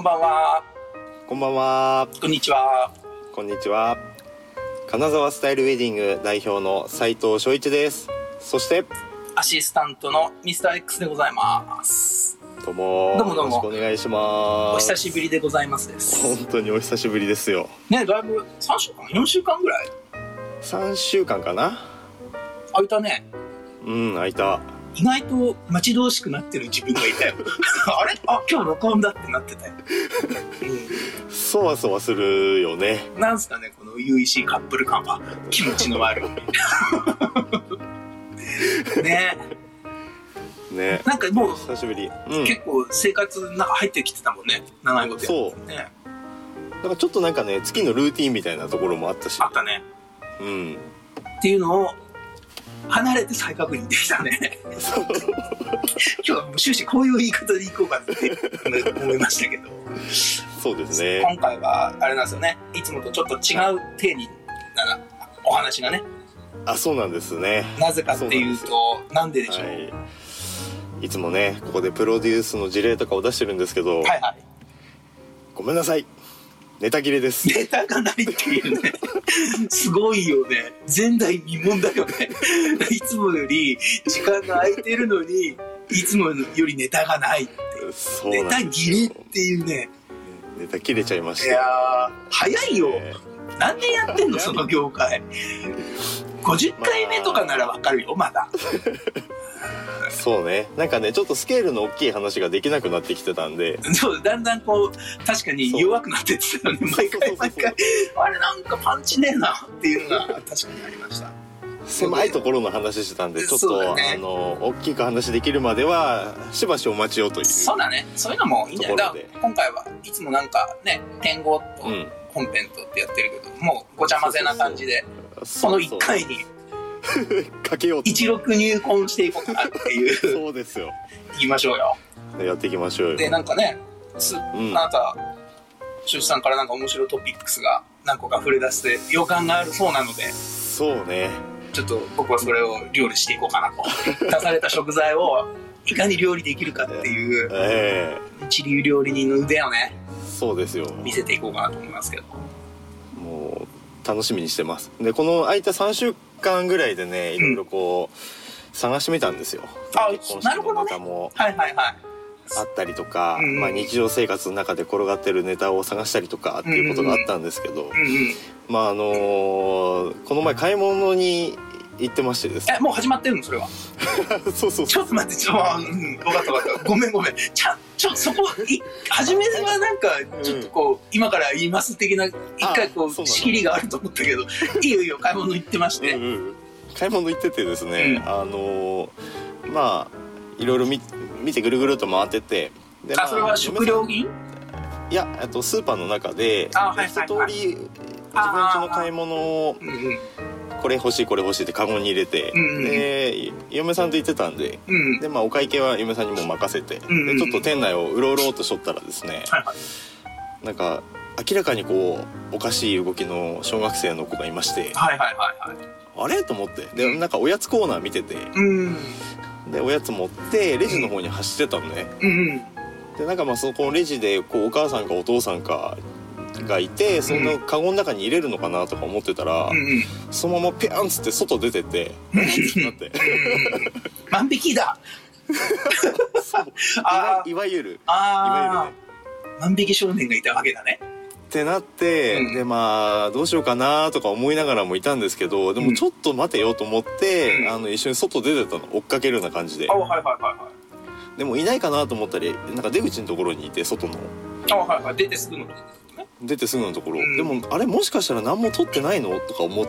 ばんは。 こんばんは。 こんにちは。 こんにちは。金沢スタイルウェディング代表の斉藤翔一です。そしてアシスタントのミスター X でございます。 どうもどうもよろしくお願いします。 お久しぶりでございますです。 本当にお久しぶりですよ。 ね、だいぶ3週間4週間ぐらい 3週間かな。 空いたね。 空いた。 意外と待ち遠しくなってる自分がいたよあれ、今日録音だってなってたよ、 そわそわするよね。 なんすかね、この初々しいカップル感は。気持ちの悪いねなんかもう久しぶり、 結構生活の中入ってきてたもんね、長いことやってそうね。 だからちょっとなんかね、月のルーティンみたいなところもあったし。 あったね。っていうのを離れて再確認できたね今日はもう終始こういう言い方でいこうかなって思いましたけどそうですね。 今回はあれなんですよね、いつもとちょっと違う体になお話がね。 そうなんですね。 なぜかっていうと、なんででしょう。 いつもね、ここでプロデュースの事例とかを出してるんですけど、ごめんなさい、ネタ切れです。 ネタがないっていうねすごいよね。前代未聞だよねいつもより時間が空いてるのにいつもよりネタがないって。 そうネタ切れっていうね。 ネタ切れちゃいました。 いやー早いよ、何年やってんのその業界50回目とかならわかるよ、まだそうね、なんかね、ちょっとスケールの大きい話ができなくなってきてたんで、 そう、だんだんこう確かに弱くなってってたよね。毎回あれなんかパンチねえなっていうのが確かにありました。 狭いところの話してたんで、ちょっと、 ね、 大きく話できるまではしばしお待ちをという。 そうだね、そういうのもいいんじゃないか。今回はいつもなんかね、点5と本編とってやってるけど、もうごちゃ混ぜな感じで、その1回にかけようと 16入魂していこうかなっていうそうですよ、 いきましょうよ。 やっていきましょうよ。でなんかね、あなた出産からなんか面白いトピックスが何個か触れ出して予感があるそうなので、 そうね、 ちょっと僕はそれを料理していこうかなと出された食材をいかに料理できるかっていう、一流料理人の腕をね、 そうですよ、 見せていこうかなと思いますけど、 もう楽しみにしてます。でこの空いた3週間ぐらいでね、いろいろこう、探してみたんですよ。結婚式のネタもあったりとか、日常生活の中で転がってるネタを探したりとかっていうことがあったんですけど、この前買い物に行ってましてですね。 もう始まってるのそれはそうちょっと待って、分かったごめんそこ初めはなんかちょっとこう、今から言います的な一回こう仕切りがあると思ったけど、いいよ買い物行ってまして、 買い物行っててですね、いろいろ見てぐるぐると回ってて、で、 それは食料品？ いや、スーパーの中で一通り自分家の買い物をこれ欲しいこれ欲しいってカゴに入れて、で嫁さんと行ってたんで、でお会計は嫁さんにも任せて、でちょっと店内をうろうろとしとったらですね、なんか明らかにこうおかしい動きの小学生の子がいまして、あれと思って、でなんかおやつコーナー見てて、でおやつ持ってレジの方に走ってたのね。でなんかそこのレジでこうお母さんかお父さんかがいて、そのカゴの中に入れるのかなとか思ってたら、そのままピャンつって外出てってなって万引きだいわゆるね、 万引き少年がいたわけだねってなって、でどうしようかなとか思いながらもいたんですけど、でもちょっと待てよと思って、一緒に外出てたの、追っかけるような感じで。でもいないかなと思ったり、なんか出口のところにいて、外の出てすぐのところ、 でもあれもしかしたら何も取ってないのとか思って、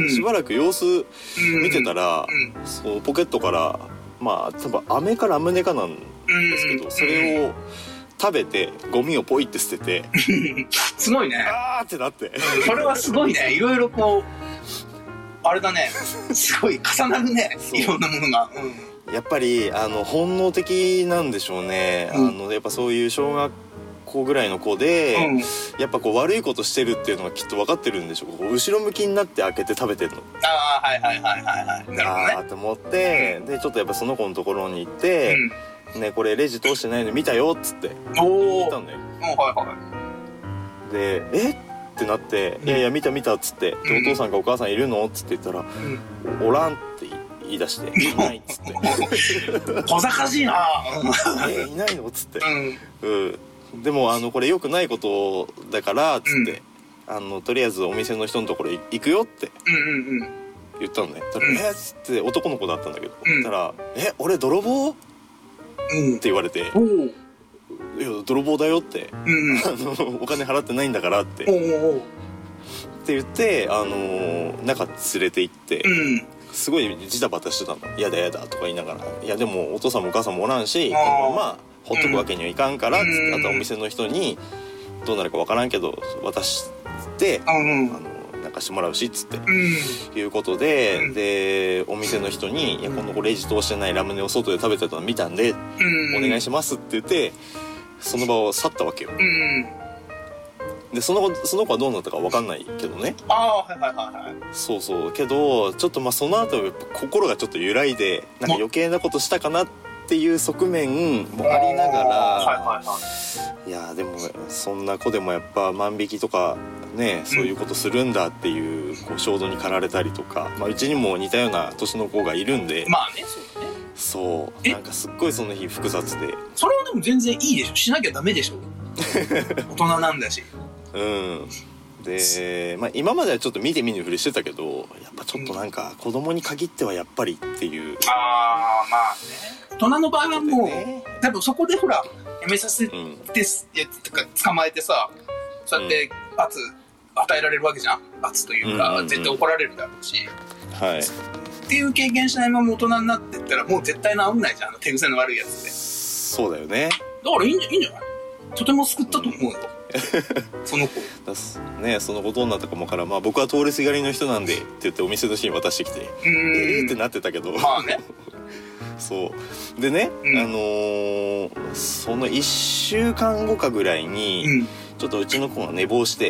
しばらく様子見てたら、そうポケットから多分飴かラムネかなんですけど、それを食べてゴミをポイって捨ててすごいね、 ってなって、 それはすごいね。いろいろこうあれだね、すごい重なるね、いろんなものが。 やっぱり本能的なんでしょうね。やっぱそういう小学校ぐらいの子で、やっぱこう悪いことしてるっていうのがきっと分かってるんでしょう。後ろ向きになって開けて食べてるの。 なるほどね。 と思って、でちょっとやっぱその子のところに行って、 ねこれレジ通してないの見たよっつって言ったんだよ。 はいはい。 でってなって、いやいや見たっつって、でお父さんかお母さんいるのっつって言ったら、おらんって言い出して、いないっつって小賢しいな。 いないのっつって、でもこれ良くないことだからっつって、とりあえずお店の人のところ行くよって言ったのね。たらっつって男の子だったんだけど、たら俺泥棒って言われて、いや泥棒だよって、お金払ってないんだからって言って中連れて行って、すごいジタバタしてたの。やだやだとか言いながら、いやでもお父さんもお母さんもおらんし、このままほっとくわけにはいかんからっつって、あとお店の人にどうなるかわからんけど渡してなんかしてもらうしっつって、いうことで、でお店の人に「いやこの子レジ通してないラムネを外で食べてたの見たんで、お願いします」って言ってその場を去ったわけよ。でその子はどうなったか分かんないけどね。そうそうけどちょっとその後やっぱ心がちょっと揺らいで、なんか余計なことしたかなっていう側面もありながら、いやでもそんな子でもやっぱ万引きとかね、そういうことするんだっていう衝動に駆られたりとか、うちにも似たような年の子がいるんで、そうなんかすっごいその日複雑で。 それはでも全然いいでしょ、しなきゃダメでしょ大人なんだし。 で、今まではちょっと見て見ぬふりしてたけど、やっぱちょっとなんか子供に限ってはやっぱりっていう。 大人の場合はもう、多分そこでほらやめさせて、捕まえてさ、そうやって罰与えられるわけじゃん。罰というか、絶対怒られるだろうし、っていう経験しないまま大人になってったらもう絶対治んないじゃん、手癖の悪いやつって。 そうだよね。 だからいいんじゃない。とても救ったと思うよその子ね。その子どうなったかもから、僕は通りすがりの人なんでって言ってお店の人に渡してきてってなってたけど、そうでね、その1週間後かぐらいに、ちょっとうちの子が寝坊して、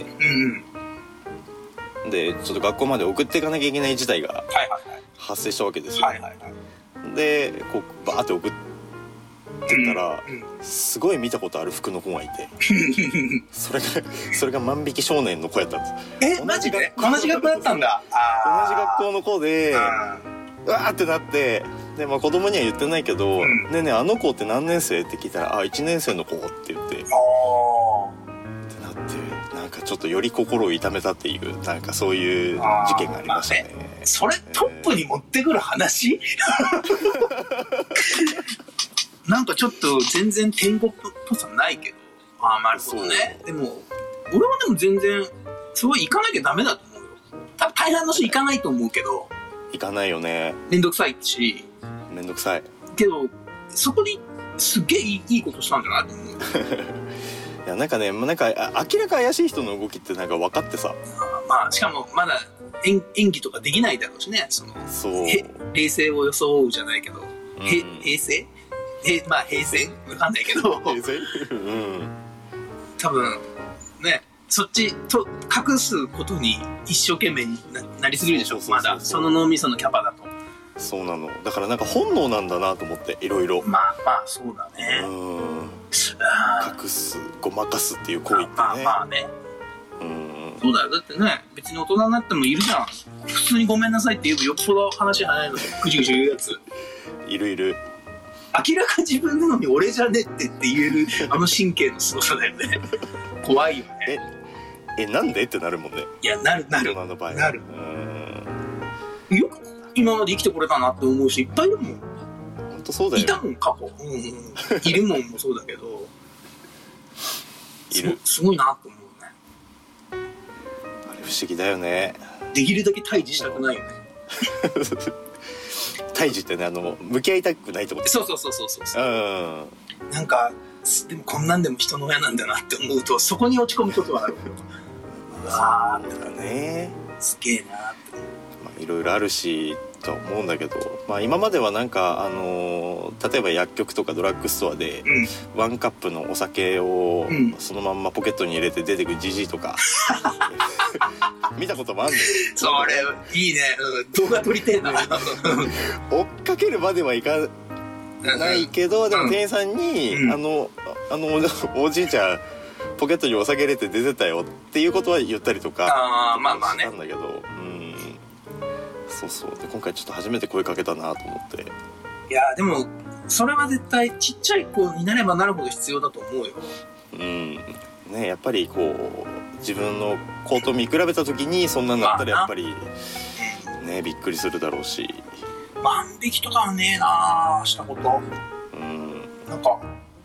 でちょっと学校まで送っていかなきゃいけない事態が発生したわけですよ。でこうバーって送ってったら、すごい見たことある服の子がいてそれが万引き少年の子やったんです。 マジで同じ学校だったんだ。 同じ学校の子でうわーってなって、で子供には言ってないけど、ねえねえあの子って何年生って聞いたら、1年生の子って言って、ってなって、なんかちょっとより心を痛めたっていう、なんかそういう事件がありましたね。 それトップに持ってくる話なんかちょっと全然天国っぽさないけど、なるほどね。でも俺はでも全然すごい行かなきゃダメだと思うよ。多分大半の人行かないと思うけど。 行かないよね。 めんどくさいし。 めんどくさいけどそこですっげえいいことしたんじゃないと思ういやなんかね、なんか明らか怪しい人の動きってなんか分かってさ、 しかもまだ演技とかできないだろうしね。そう冷静を装うじゃないけど、平静平成わかんないけど多分ね、そっちと隠すことに一生懸命になりすぎるでしょ。まだその脳みそのキャパだと。 そうなの。だからなんか本能なんだなと思って、いろいろそうだね。 隠すごまかすっていう行為ってね。 そうだよ。だってね、別に大人になってもいるじゃん。普通にごめんなさいって言えばよっぽど話早いのにぐじぐじ言うやついる。 明らか自分なのに俺じゃねって言える神経のすごさだよね怖いよね。 なんでってなるもんね。 いやなる大人の場合なる。よく今まで生きてこれたなって思う人いっぱいいるもん。 本当そうだよ。 いたもん過去、いるもんもそうだけどいる。すごいなって思うね。 あれ不思議だよね。 できるだけ退治したくないよね退治ってね、向き合いたくないってこと。 そう。なんかでもこんなんでも人の親なんだなって思うと、そこに落ち込むことはあるけど、うわーってね、すげえなって。 いろいろあるしとは思うんだけど、今まではなんか例えば薬局とかドラッグストアで、ワンカップのお酒をそのまんまポケットに入れて出てくるジジイとか見たこともあるんだよ。 それいいね、動画撮りてえな追っかけるまではいかないけど、でも店員さんに、おじいちゃんポケットにお酒入れて出てたよっていうことは言ったりとかしたんだけど、そうで今回ちょっと初めて声かけたなと思って。 いやでもそれは絶対ちっちゃい子になればなるほど必要だと思うよ。 ね、やっぱりこう自分の子と見比べた時にそんなのあったらやっぱりねびっくりするだろうし。 万引きとかはねえなしたこと。なんか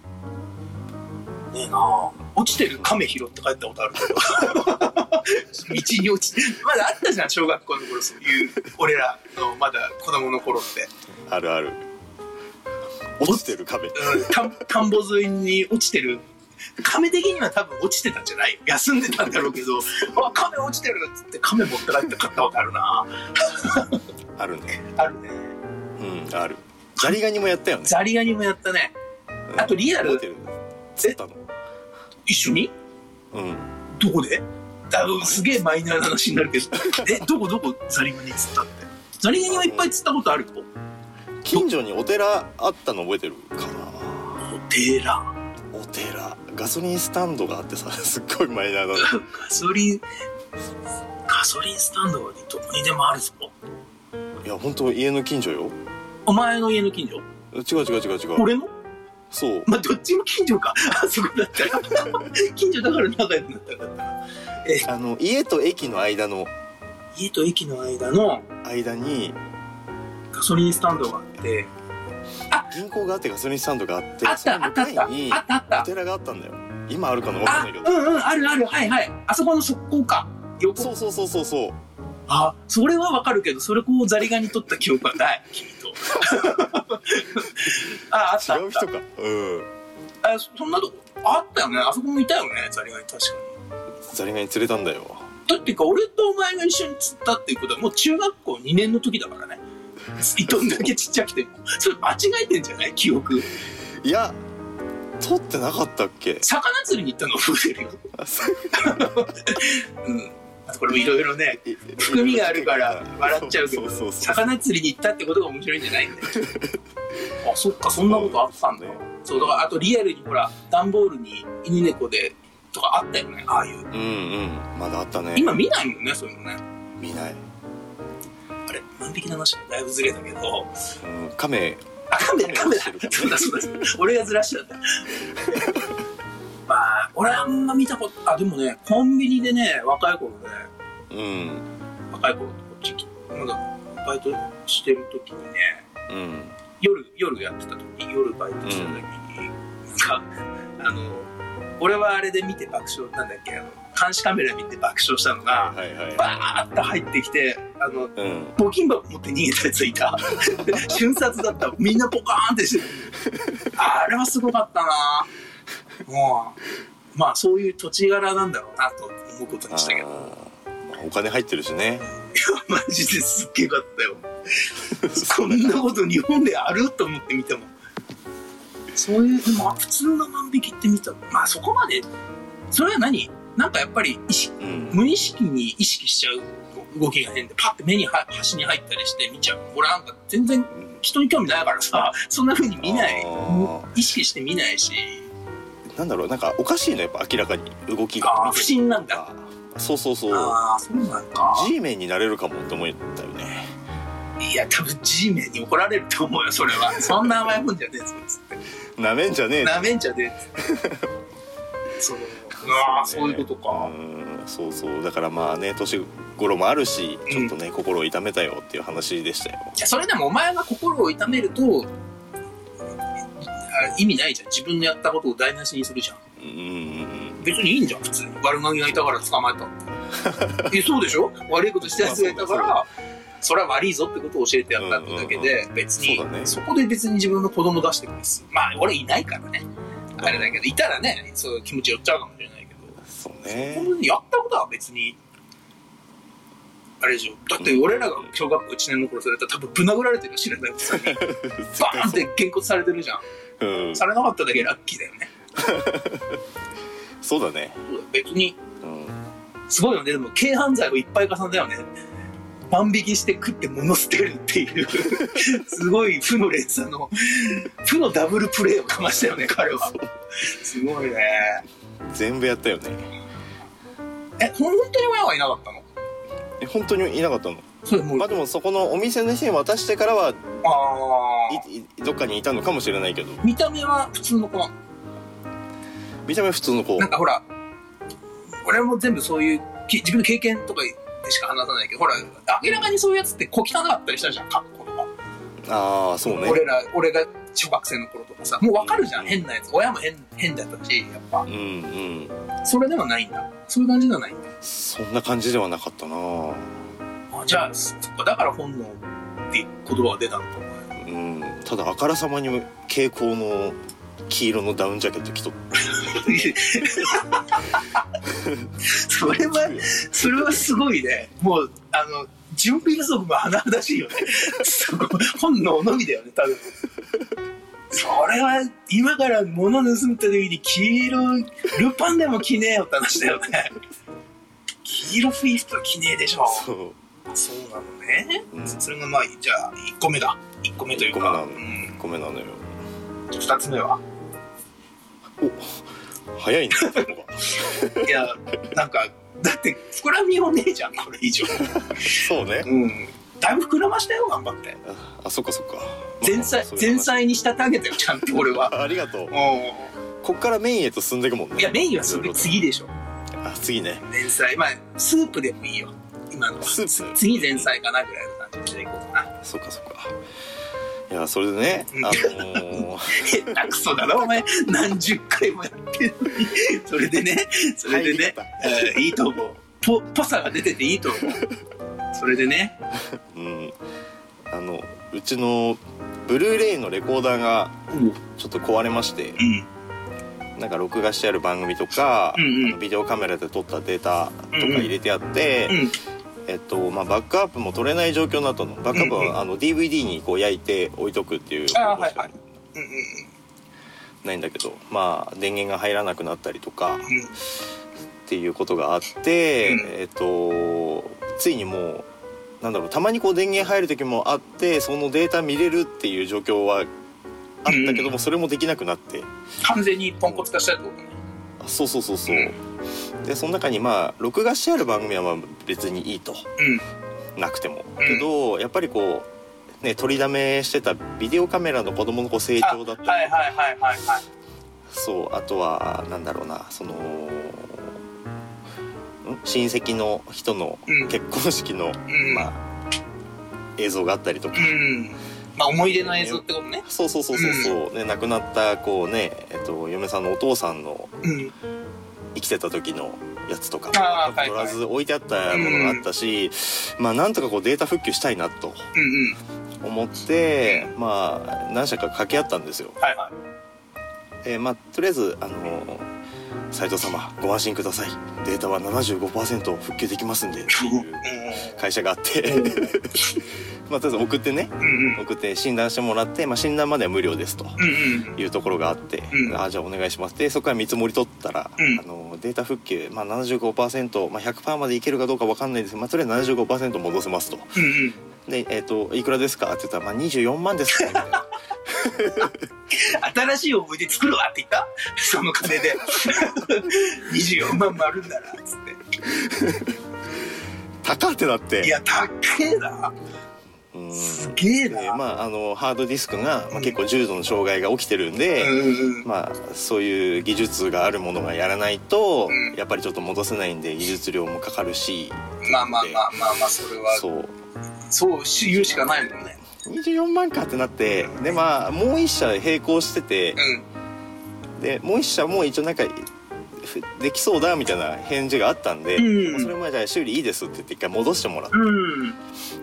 ねえな落ちてる亀拾って帰ったことあるけど道に落ちてまだあったじゃん小学校の頃そういう俺らのまだ子供の頃って。 あるある。落ちてる亀、 田んぼ沿いに落ちてる亀的には多分落ちてたんじゃないよ。休んでたんだろうけどあ亀落ちてるっつって亀持って帰って買ったことあるなあるね。 あるね。 ある。ザリガニもやったよね。 ザリガニもやったね。あとリアル釣ったの一緒に。どこで。すげえマイナーな話になるけどどこザリガニ釣ったって。ザリガニはいっぱい釣ったことあるよ。 近所にお寺あったの覚えてるかな。 お寺ガソリンスタンドがあってさすっごいマイナーなのガソリンスタンドはどこにでもあるぞ。 いや本当家の近所よ。 お前の家の近所。 違う俺の。 そうまあどっちも近所かあそこだったら近所だから仲良くなったんだったな。 家と駅の間にガソリンスタンドがあって銀行があってガソリンスタンドがあってあったお寺があったんだよ。今あるかな分かんないけどあるはいあそこの側溝か横。 そうあそれは分かるけどそれこうザリガニ取った記憶はない君とあった違う人か。 そんなとこあったよね。あそこもいたよねザリガニ。確かにザリガニ釣れたんだよ。 だってか俺とお前が一緒に釣ったっていうことはもう中学校2年の時だからね。どんだけちっちゃくてもそれ間違えてんじゃない記憶。 いや取ってなかったっけ。 魚釣りに行ったの覚えてるよあとこれもいろいろね含みがあるから笑っちゃうけど魚釣りに行ったってことが面白いんじゃないんだよあそっかそんなことあったんだよ。そうだからあとリアルにほら段ボールに犬猫でとかあったよねああいう。 まだあったね。 今見ないもんねそういうのね。 見ない。 あれ万引きの話だいぶずれたけど亀だそうだ俺がずらしちゃったまあ俺あんま見たことでもねコンビニでね若い頃こっちまだバイトしてる時にね、夜やってた時夜バイトしてた時に、俺はあれで見て爆笑なんだっけ監視カメラ見て爆笑したのが、バーッと入ってきて募金箱持って逃げたやついた瞬殺だった。みんなポカーンってしてるあれはすごかったな。もうまあそういう土地柄なんだろうなと思うことにしたけどお金入ってるしね。いやマジですっげえかったよそんなこと日本であると思って見てもそういうでも普通の万引きって見たまあそこまでそれはなんかやっぱり無意識に意識しちゃう動きが変でパッて目に端に入ったりして見ちゃう。俺なんか全然人に興味ないからさそんな風に見ない意識して見ないしなんだろうなんかおかしいのやっぱ明らかに動きが不審なんだ。 そうそうそうなんか G メンになれるかもって思ったよね。 いや多分 G メンに怒られると思うよそれはそんな甘いもんじゃねえぞっつってなめんじゃねえそういうことか。 そうだからまあね年頃もあるしちょっとね、心を痛めたよっていう話でしたよ。 いやそれでもお前が心を痛めると意味ないじゃん。自分のやったことを台無しにするじゃん。別にいいんじゃん普通に。悪ガキがいたから捕まえたってそうでしょ。悪いことしたやつがいたからそれは悪いぞってことを教えてやったってだけで別に そこで別に自分の子供出してくるんです。まあ俺いないからねあれだけどいたらねそういう気持ち寄っちゃうかもしれないけどそうねやったことは別にあれでしょ。だって俺らが小学校1年の頃されたら多分ぶん殴られてるか知らないくせにバーンってげんこつされてるじゃん、されなかっただけラッキーだよねそうだね。 別に、すごいよね。でも軽犯罪をいっぱい重ねたよね万引きして食って物捨てるっていうすごい負の連鎖の負のダブルプレーをかましたよね彼は。すごいね。 全部やったよね。 本当に親はいなかったの？ 本当にいなかったの。まあでもそこのお店の人に渡してからはどっかにいたのかもしれないけど。 見た目は普通の子なの？ 見た目は普通の子。 なんかほら俺も全部そういう自分の経験とかでしか話さないけど、ほら明らかにそういうやつって小汚かったりしたじゃん、格好とか。 ああそうね。 俺が小学生の頃とかさ、もう分かるじゃん、変なやつ。親も変だったし、やっぱ。それではないんだ。そういう感じではないんだ。 そんな感じではなかったな。 じゃあそっか、だから本能って言葉が出たのか。 ただあからさまに蛍光の黄色のダウンジャケット着とそれはすごいね。もう準備不足も甚だしいよね。本能のみだよね多分。それは今から物盗むった時に黄色ルパンでも着ねえよって話だよね。黄色フイーフと着ねえでしょ。そうなのね。それがまあじゃあ1個目だ。1個目というか 1個目なのよ。 2つ目は早いね。 いやなんかだって膨らみようねえじゃんこれ以上。 そうね。 だいぶ膨らましたよ頑張って。 そっかそっか。 前菜に仕立て上げたよちゃんと俺は。 ありがとう。こっからメインへと進んでいくもんね。 いやメインは次でしょ。 次ね。 前菜まあスープでもいいよ今のは。スープ次前菜かなぐらいの感じでいこうかな。 そっかそっか。いやそれでね下手くそだなお前。何十回もやってるのに。それでねいいと思う。ぽさが出てていいと思う。それでねうちのブルーレイのレコーダーがちょっと壊れまして、なんか録画してある番組とか、ビデオカメラで撮ったデータとか入れてあって、まあ、バックアップも取れない状況になったの。バックアップはDVD にこう焼いて置いとくっていうないんだけど、まあ電源が入らなくなったりとかっていうことがあって、ついにもうなんだろう、たまにこう電源入る時もあってそのデータ見れるっていう状況はあったけども、それもできなくなって完全にポンコツ化したってことね。 そうでその中にまあ録画してある番組はまあ別にいいと、なくてもけどやっぱりこうね取りだめしてたビデオカメラの子供のこう成長だったり、そうあとはなんだろうな、その親戚の人の結婚式の、まあ映像があったりとか、 まあ思い出の映像ってことね。 そうね、亡くなったこうね、嫁さんのお父さんの生きてた時のやつとか取らず置いてあったものがあったし、まあなんとかこうデータ復旧したいなと思って、まあ何社か掛け合ったんですよ。まあとりあえず斉藤様ご安心ください、データは 75% 復旧できますんでっていう会社があってまあとりあえず送って診断してもらって、まあ、診断までは無料ですというところがあって、じゃあお願いしますで、そこから見積もり取ったら、データ復旧、まあ、75%、まあ、100% までいけるかどうか分かんないですけど、まあ、とりあえず 75% 戻せますと、で、いくらですかって言ったら、まあ、24万ですねみたいな新しい思い出作るわって言ったその金で24万もあるんだなっつって高ってなって、 いや高えな、すげえな。 まあハードディスクが、まあ、結構重度の障害が起きてるんで、まあそういう技術があるものがやらないと、やっぱりちょっと戻せないんで技術料もかかるし、 まあそれはそう言うしかないもんね。 24万かってなって、でまあもう一社並行してて、でもう一社も一応なんかできそうだみたいな返事があったんで、それもじゃあ修理いいですって言って一回戻してもらって、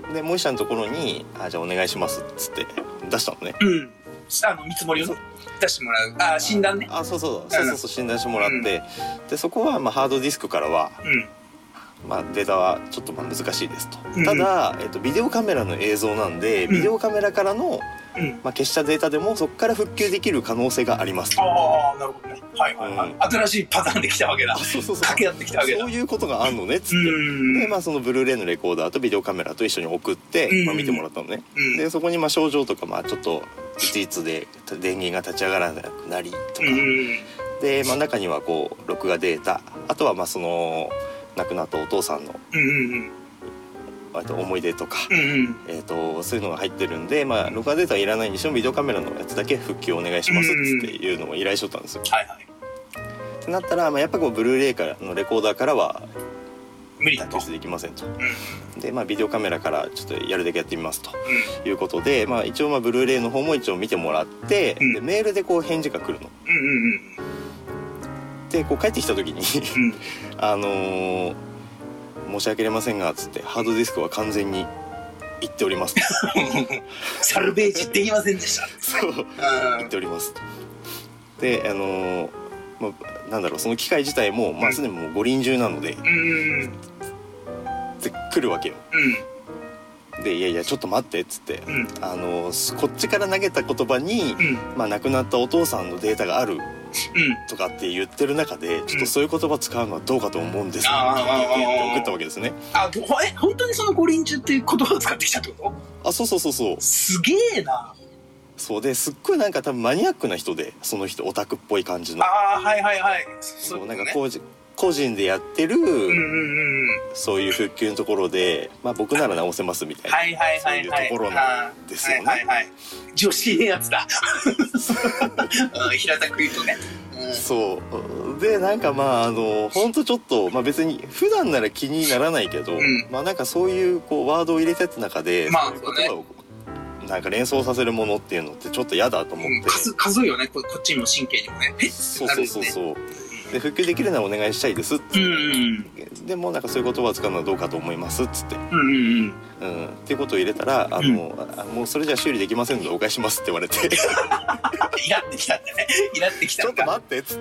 でもう一社のところにじゃあお願いしますっつって出したのね。 見積もりを出してもらう、診断ね。 そう診断してもらって、でそこはまあハードディスクからは、まあ、データはちょっとまあ難しいですと、ただ、ビデオカメラの映像なんで、ビデオカメラからの、まあ、消したデータでもそこから復旧できる可能性がありますと。 なるほどね。 新しいパターンできたわけだ。掛け合ってきたわけだ。 そういうことがあんのねっつって、でまあそのブルーレイのレコーダーとビデオカメラと一緒に送って、まあ、見てもらったのね。でそこにまあ症状とかまあちょっといついつで電源が立ち上がらなくなりとか、で、まあ、中にはこう録画データ、あとはまあその亡くなったお父さんの思い出とか、そういうのが入ってるんで、まあ、録画データはいらないにしてもビデオカメラのやつだけ復旧お願いしますっていうのを依頼しとったんですよ。ってなったら、まあ、やっぱこうブルーレイからのレコーダーからは無理だと。 できませんと。で、まあ、ビデオカメラからちょっとやるだけやってみますということで、まあ、一応まあブルーレイの方も一応見てもらって、でメールでこう返事が来るの。でこう帰ってきた時に申し訳ありませんがつってハードディスクは完全にいっておりますサルベージできませんでした。 そういっておりますでまあ、なんだろう、その機械自体もまあすでにもう五輪中なので、で来るわけよ。でいやいやちょっと待ってっつって、こっちから投げた言葉に、まあ、亡くなったお父さんのデータがあるとかって言ってる中で、ちょっとそういう言葉使うのはどうかと思うんですよって送ったわけですね。 本当にその五輪中っていう言葉を使ってきたってこと？ そう。 すげえな。 そうですっごいなんか多分マニアックな人で、その人オタクっぽい感じの。そうなんか個人でやってる、そういう復旧のところで、まあ、僕なら直せますみたいな、そういうところなんですよね。 女子やつだ平たく言うとね。 そうでなんかまあほんとちょっと、まあ、別に普段なら気にならないけど、まあなんかそういうこうワードを入れてた中で、そういう言葉をなんか連想させるものっていうのってちょっと嫌だと思って、 数えよね、こっちにも神経にもね。 そうで復旧できるならお願いしたいですっつって、でもなんかそういう言葉を使うのはどうかと思いますっつって、っていうことを入れたらもうそれじゃ修理できませんのでお返ししますって言われてイラってきたんだね。イラってきたちょっと待ってっつって、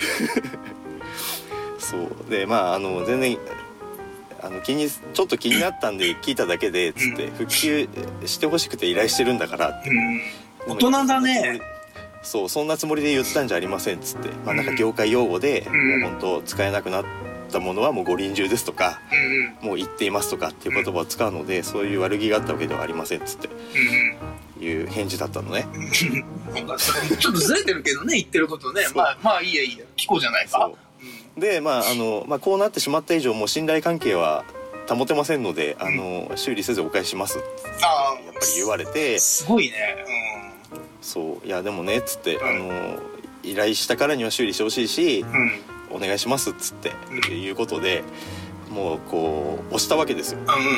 そうでまあ全然ちょっと気になったんで聞いただけでつって復旧してほしくて依頼してるんだからって、 大人だね。 そうそんなつもりで言ったんじゃありませんっつって、まあなんか業界用語で、もう本当使えなくなったものはもう五輪中ですとか、もう言っていますとかっていう言葉を使うので、そういう悪気があったわけではありませんっつって、いう返事だったのね。 ちょっとずれてるけどね、言ってることね。まあいいや聞こうじゃないか。 でまあこうなってしまった以上もう信頼関係は保てませんので、修理せずお返ししますってやっぱり言われて、 すごいね。 そういやでもねっつって、依頼したからには修理してほしいし、お願いしますっつって、いうことでもうこう押したわけですよ。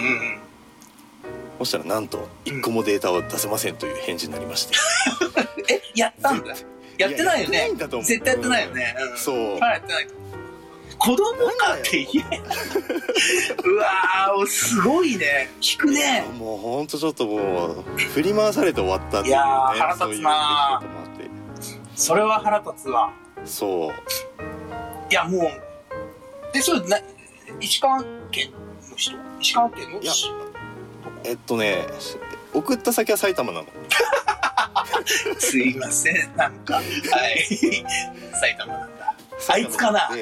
そしたらなんと1個もデータを出せませんという返事になりましてやったんだ。やってないよね。絶対やってないよね。 そうやってない。子供かって言えうわーすごいね。聞くね。 もうほんとちょっともう振り回されて終わったっていうね。 いやー腹立つな。それは腹立つわ。 そういやもうそれ石川県の人？石川県の人？ 送った先は埼玉なのすいませんなんか埼玉なんだ。あいつかな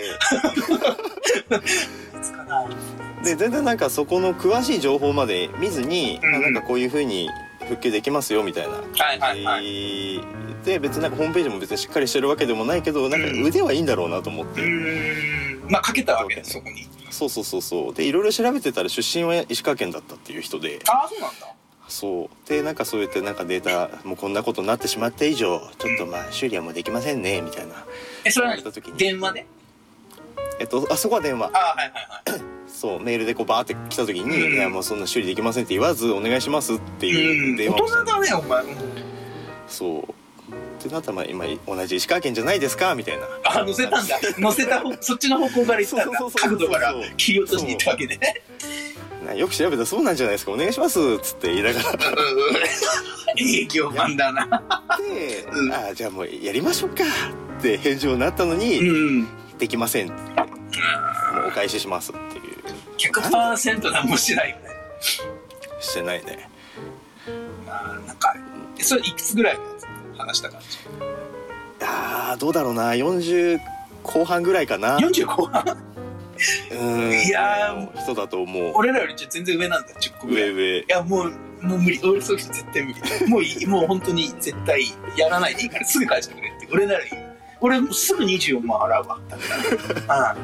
で全然なんかそこの詳しい情報まで見ずに、なんかこういう風に復旧できますよみたいなで別になんかホームページも別にしっかりしてるわけでもないけど、なんか腕はいいんだろうなと思って、 まあかけたわけですそこに。 そうでいろいろ調べてたら出身は石川県だったっていう人で。 そうなんだ。 そうでなんかそうやってなんかデータもうこんなことになってしまった以上ちょっとまあ修理はもうできませんねみたいな。 それは電話で？ そこは電話。そうメールでこうバーって来た時に、いやもうそんな修理できませんって言わずお願いしますっていう電話をした。 大人だねお前。 そうってなったら今同じ石川県じゃないですかみたいな。 載せたんだ。載せたそっちの方向から言ったんだ。角度から切り落としに行ったわけでね。 よく調べたらそうなんじゃないですかお願いしますっつって言いながら営業マンだなで、じゃあもうやりましょうかって返事になったのに、できませんってもうお返ししますっていう 100% 何もしないよね。 してないね。 なんかそれいくつぐらいのやつ話した感じ？ どうだろうな、40後半ぐらいかな。 40後半いや人だと思う。 俺らより全然上なんだ、10個ぐらい。 上。 いやもう無理、俺そういう人絶対無理。もういい、もう本当に絶対やらないでいいからすぐ返してくれって。俺ならいい。俺もうすぐ24万払うわ。だから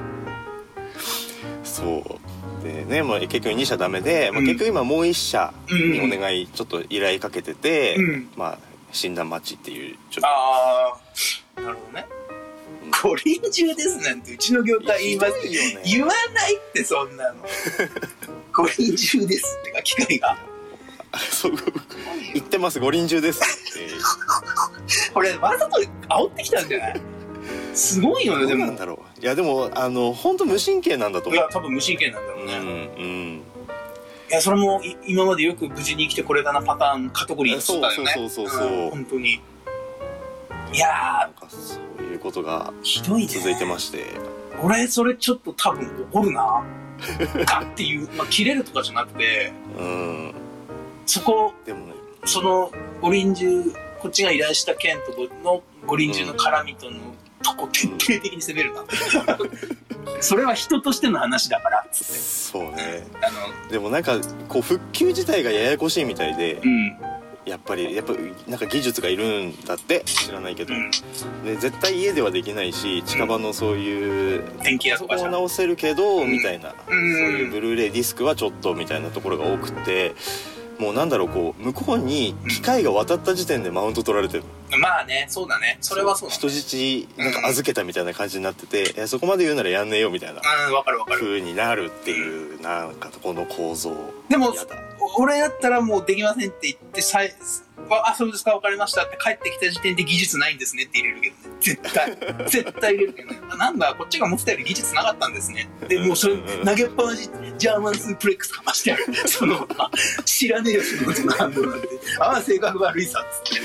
そうでね、もう結局2社ダメで、結局今もう1社にお願い、ちょっと依頼かけてて、診断待ちっていうちょっと。 なるほどね。五輪中ですなんてうちの業界言います、ね、言わないってそんなの。五輪中ですってか機械が。 そう言ってます、五輪中ですって。 これわざと煽ってきたんじゃない？すごいよね。でもなんだろう。いやでも本当無神経なんだと思う。 いや多分無神経なんだろうね。いやそれも今までよく無事に生きてこれたなパターンカテゴリーの人だよね。そう本当に。いやなんかそういうことがひどいね。 続いてまして、 俺それちょっと多分怒るな。ガッっていう、切れるとかじゃなくて、そこでもね、その五輪中こっちが依頼した件との五輪中の絡みとのとこ徹底的に攻めるな。それは人としての話だからっつって。 そうね。でもなんかこう復旧自体がややこしいみたいで、やっぱなんか技術がいるんだって、知らないけど、で絶対家ではできないし、近場のそういう電気屋とかは直せるけど、みたいな、そういうブルーレイディスクはちょっとみたいなところが多くて、もうなんだろう、こう向こうに機械が渡った時点でマウント取られてる。 まあね、そうだね、それはそうだね。 人質なんか預けたみたいな感じになってて、そこまで言うならやんねえよみたいな風になるっていう、なんかこの構造。 でも俺やったらもうできませんって言ってそうですか、分かりましたって帰ってきた時点で技術ないんですねって入れるけどね、絶対入れるけどね。なんだこっちが持ってたより技術なかったんですね。でもうそれ投げっぱなしジャーマンスープレックスかましてある。その知らねえよその反応なんて。性格悪いさっつって。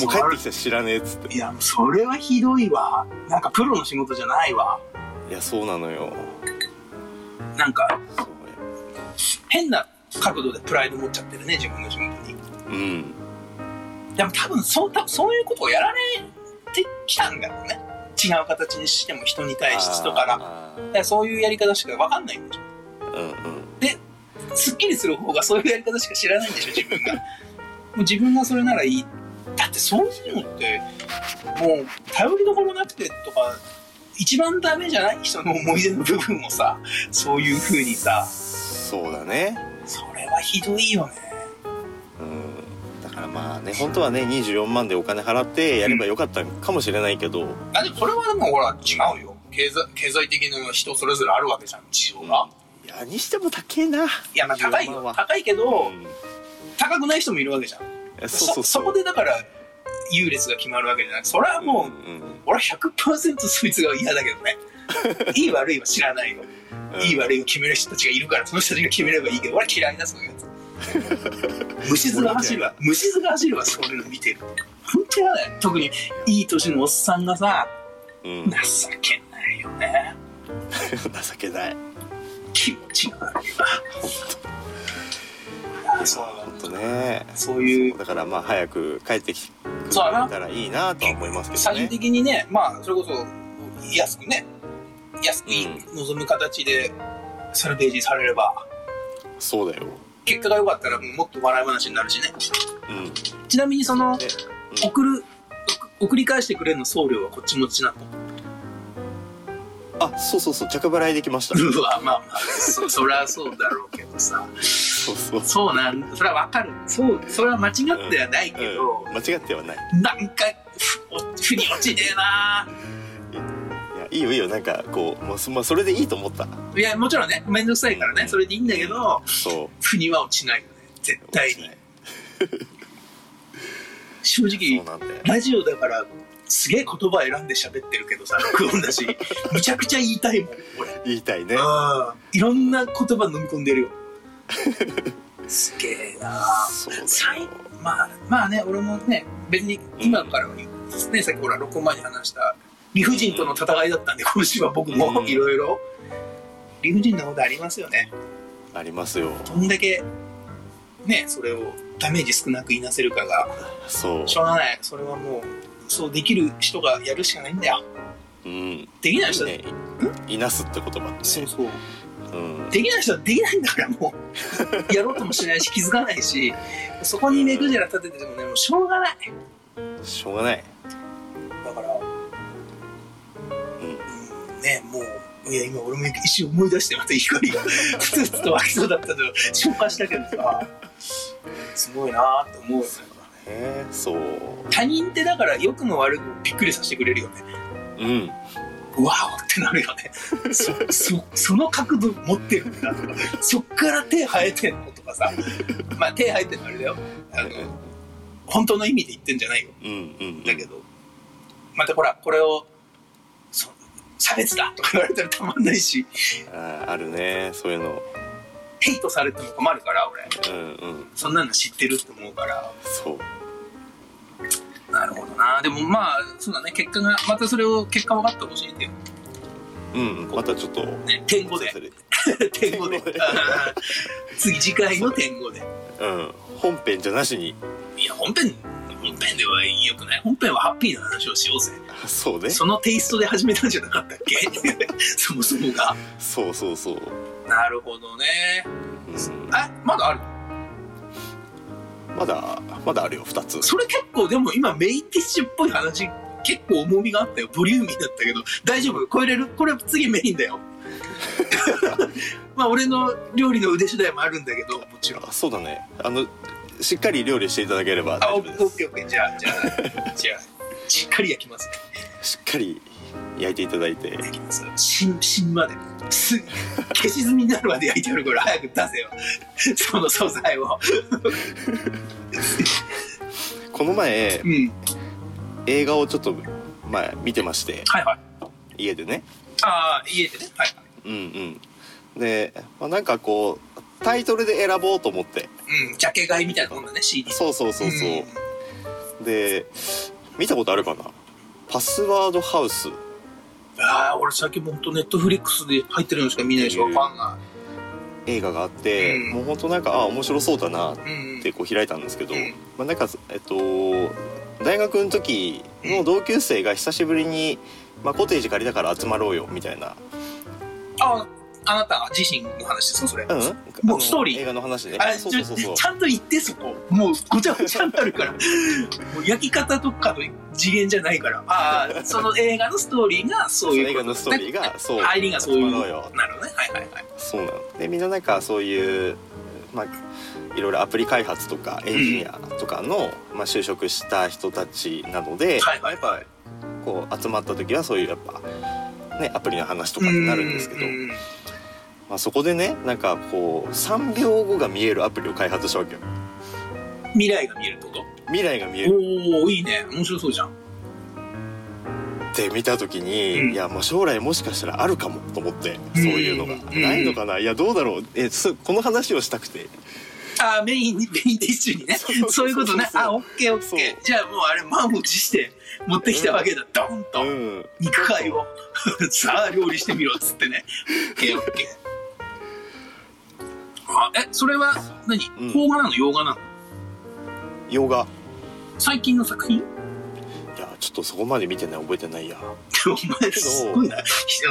もう帰ってきた知らねえっつって。 いやそれはひどいわ。なんかプロの仕事じゃないわ。 いやそうなのよ。 なんか変な角度でプライド持っちゃってるね、自分の仕事に。でも多分そういうことをやられてきたんだろうね。違う形にしても人に対して人から。だからそういうやり方しか分かんないんでしょ。で、すっきりする方がそういうやり方しか知らないんでしょ、自分が。もう自分がそれならいい。だってそういうのってもう頼りどころなくてとか一番ダメじゃない？人の思い出の部分をさ、そういう風にさ。 そうだね。 それはひどいよね。 だからまあね、本当はね24万でお金払ってやればよかったかもしれないけど、でもそれはでもほら違うよ。経済的な人それぞれあるわけじゃん、事情が。 いやにしても高えな。いやまあ高いよ、高いけど、高くない人もいるわけじゃん。そこでだから優劣が決まるわけじゃなくて、それはもう、俺は 100% そいつが嫌だけどね。いい悪いは知らないよ。いい悪いを決める人たちがいるから、その人たちが決めればいいけど、俺は嫌いだ、そういうやつ。虫唾走るわ、そういうの見てる。本当やだよ。特にいい年のおっさんがさ、情けないよね。 情けない。 気持ちが悪いわ。 本当ね。 そういうだからまあ早く帰ってきてくれたらいいなとは思いますけどね。 最終的にね、まあそれこそ安く望む形でサルベージされれば。 そうだよ。 結果が良かったらもっと笑い話になるしね。ちなみにその送り返してくれるの送料はこっち持ちなの？ そう着払いできました。 うわ、まあそりゃそうだろうけどさ。そうなんそれはわかる。それは間違ってはないけど、 間違ってはない。 なんか腑に落ちねえな。 いいよ、なんかこうもうそれでいいと思った。いやもちろんね、面倒くさいからね、それでいいんだけど、腑には落ちないよね、絶対に。正直ラジオだからすげえ言葉選んで喋ってるけどさ、録音だしむちゃくちゃ言いたいもん俺。 言いたいね。 いろんな言葉飲み込んでるよ。すげえな。まあね、俺もね別に今からはね、さっきほら録音前に話した理不尽との戦いだったんで、今週は僕もいろいろ理不尽なことありますよね。 ありますよ。 どんだけねそれをダメージ少なくいなせるかがしょうがない。それはもうそうできる人がやるしかないんだよ。 うん、 できない人ね、いなすって言葉ってね。 そうそう、うん、できない人はできないんだから、もうやろうともしないし気づかないし、そこに目くじら立てててもね、もうしょうがない。 しょうがない。 だから、ね、もういや今俺も一瞬思い出してまた光がふつふつと湧きそうだったのを消化したけどさ、すごいなって思うよね。 そう。 他人ってだから良くも悪くもびっくりさせてくれるよね。 うん。 わおってなるよね。その角度持ってるんだとか、そっから手生えてんのとかさ、まあ手生えてんのあれだよ。本当の意味で言ってんじゃないよ。 うんうん、 だけど、またほらこれを差別だとか言われたらたまんないし。 あるね、そういうの。 ヘイトされても困るから俺。うんうん。 そんなの知ってるって思うから。 そう。 なるほどな。でもまあそうだね、結果がまたそれを結果分かってほしいんだよ。 うん、またちょっと、 ね、点5で点5で次回の点5で、 うん、本編じゃなしに。 いや本編ではよくない。本編はハッピーな話をしようぜ。 そうね。 そのテイストで始めたんじゃなかったっけそもそもが。 そうそうそう。 なるほどね、まだある？ まだあるよ、2つ。 それ結構でも今メインティッシュっぽい話結構重みがあったよ。ボリューミーだったけど大丈夫？超えれる？これ次メインだよまあ俺の料理の腕次第もあるんだけど、もちろん。 そうだね、しっかり料理していただければ大丈夫です。 オッケーじゃあしっかり焼きますね。 しっかり焼いていただいて。 焼きます。芯まで消し済みになるまで焼いてやるから早く出せよその素材をこの前、映画をちょっと見てまして、 はいはい、 家でね。 家でね、はいはい、 うんうん。で、なんかこうタイトルで選ぼうと思って、 ジャケ買いみたいなもんだね、 CD。 そう、で見たことあるかな、パスワードハウス。 俺最近もほんとネットフリックスで入ってるのしか見ないしわかんない映画があって、もうほんとなんか面白そうだなってこう開いたんですけど、なんか大学の時の同級生が久しぶりに、コテージ借りたから集まろうよみたいな。 あなた自身の話ですかそれ？ もうストーリー映画の話ね。 そうちゃんと言って、そこもうごちゃごちゃになるからもう焼き方とかの次元じゃないから。その映画のストーリーがそういうこと。映画のストーリーがそう入りがそういうなるほどね。はいそうなので、みんななんかそういういろいろアプリ開発とかエンジニアとかの、就職した人たちなので、やっぱこう集まった時はそういうやっぱねアプリの話とかになるんですけど、そこでね、なんかこう3秒後が見えるアプリを開発したわけよ。 未来が見えるってこと？ 未来が見える。 おお、いいね、面白そうじゃん。 って見た時に、いやもう将来もしかしたらあるかもと思って、そういうのがないのかな、いやどうだろう、この話をしたくて。 メインディッシュにね、そういうことね。オッケー。じゃあもうあれ満を持して持ってきたわけだ。ドンと肉塊をさあ料理してみろっつってね。オッケー。それは何？邦画なの？洋画なの？ 洋画。最近の作品？いやちょっとそこまで見てない、覚えてないや。 お前すごいな。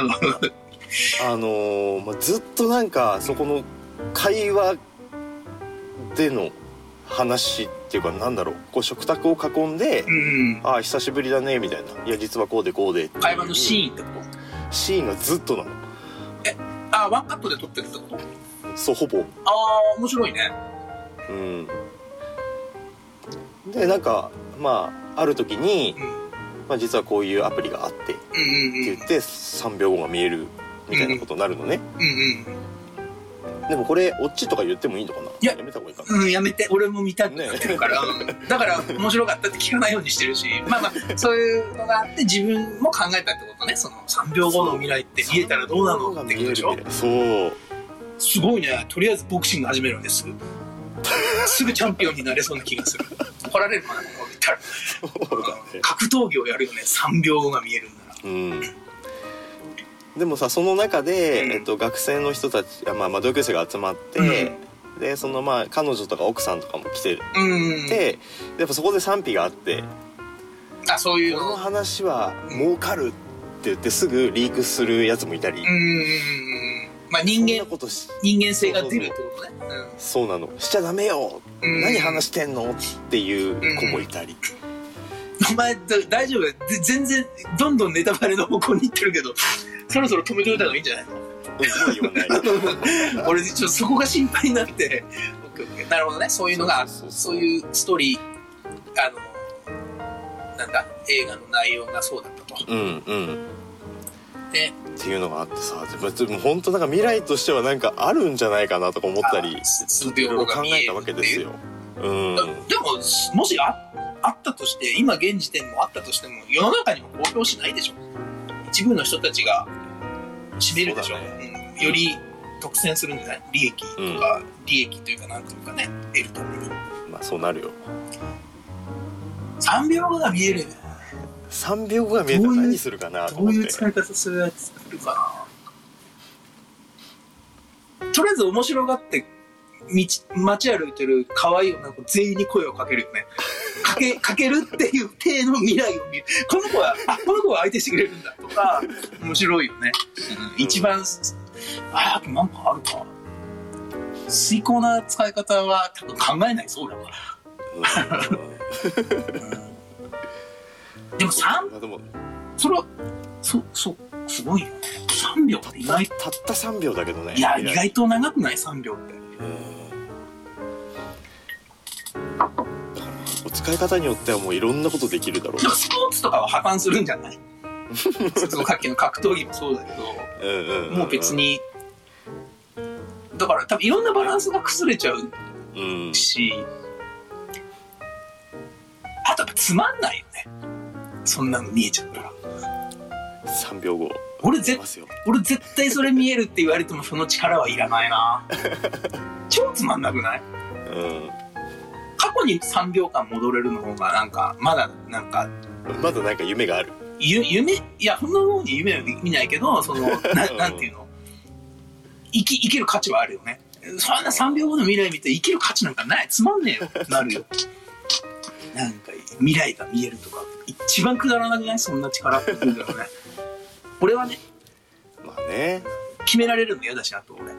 ずっとなんかそこの会話での話っていうか、なんだろう、こう食卓を囲んで、久しぶりだねみたいな、いや実はこうで会話のシーンってこと？ シーンがずっとなの。 ワンカットで撮ってるってこと？ そう、ほぼ。 面白いね。 でなんかある時に、実はこういうアプリがあってって言って3秒後が見えるみたいなことになるのね。でもこれオッチとか言ってもいいのかな？やめた方がいいかな。 やめて、俺も見たくなってるから、だから面白かったって聞かないようにしてるし、そういうのがあって自分も考えたってことね。その3秒後の未来って見えたらどうなのってことでしょ。そう、すごいね。とりあえずボクシング始めるんです。すぐチャンピオンになれそうな気がする。怒られるかな、こう言ったら。格闘技をやるよね、3秒後が見えるんなら。 でもさ、その中で、学生の人たち、同級生が集まって、でその彼女とか奥さんとかも来てて、やっぱそこで賛否があって、 そういうこの話は儲かるって言ってすぐリークするやつもいたり、 まあ人間性が出るってことね。 そうなの、しちゃダメよ、何話してんのっていう子もいたり。 お前大丈夫？全然どんどんネタバレの方向に行ってるけど、そろそろ止めておいた方がいいんじゃないの？ もう言わない。 俺ちょっとそこが心配になって。なるほどね、そういうのが、そういうストーリー、なんだ、映画の内容がそうだったと。でっていうのがあってさ、でも本当なんか未来としてはなんかあるんじゃないかなとか思ったり、 数いろいろ考えたわけですよ。 でももしあったとして、今現時点もあったとしても世の中にも公表しないでしょ。一部の人たちが占めるでしょ。より独占するんじゃない？利益とか、利益というかなんというかね、得るために。 まあそうなるよ。 3秒後が見える。 3秒後が見えたら何するかなと思って。 どういう使い方するやつ作るかな。とりあえず面白がって街歩いてる可愛い女の子全員に声をかけるよね。かけるっていう体の未来を見る。この子は相手してくれるんだとか、面白いよね。一番、あとなんかあるか。遂行な使い方は多分考えないそうだから。でもそれはそうすごいよね。3秒って意外たった3秒だけどね。 いや意外と長くない3秒って。 使い方によってはもういろんなことできるだろう。 スポーツとかは破綻するんじゃない？そのさっきの格闘技もそうだけど、もう別にだから多分いろんなバランスが崩れちゃうし、あとやっぱつまんないよね。そんなの見えちゃったら。 3秒後。 俺絶対それ見えるって言われてもその力はいらないな。超つまんなくない？過去に3秒間戻れるの方がなんかまだなんか夢がある。 いやそんなもんに夢は見ないけど、そのなんていうの、生きる価値はあるよね。そんな3秒後の未来見て生きる価値なんかない、つまんねえよなるよ。なんか未来が見えるとか一番くだらなくない？そんな力って言うんだろうね。俺はね、 まあね、 決められるの嫌だし、あと俺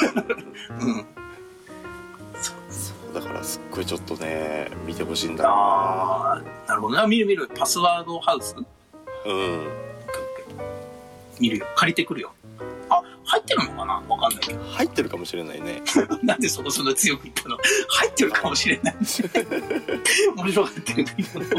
そうだからすっごいちょっとね見てほしいんだな。なるほどな。見るパスワードハウス見るよ、借りてくるよ。入ってるのかな、わかんないけど。 入ってるかもしれないね。 なんでそんな強く言ったの？入ってるかもしれない。面白がってる。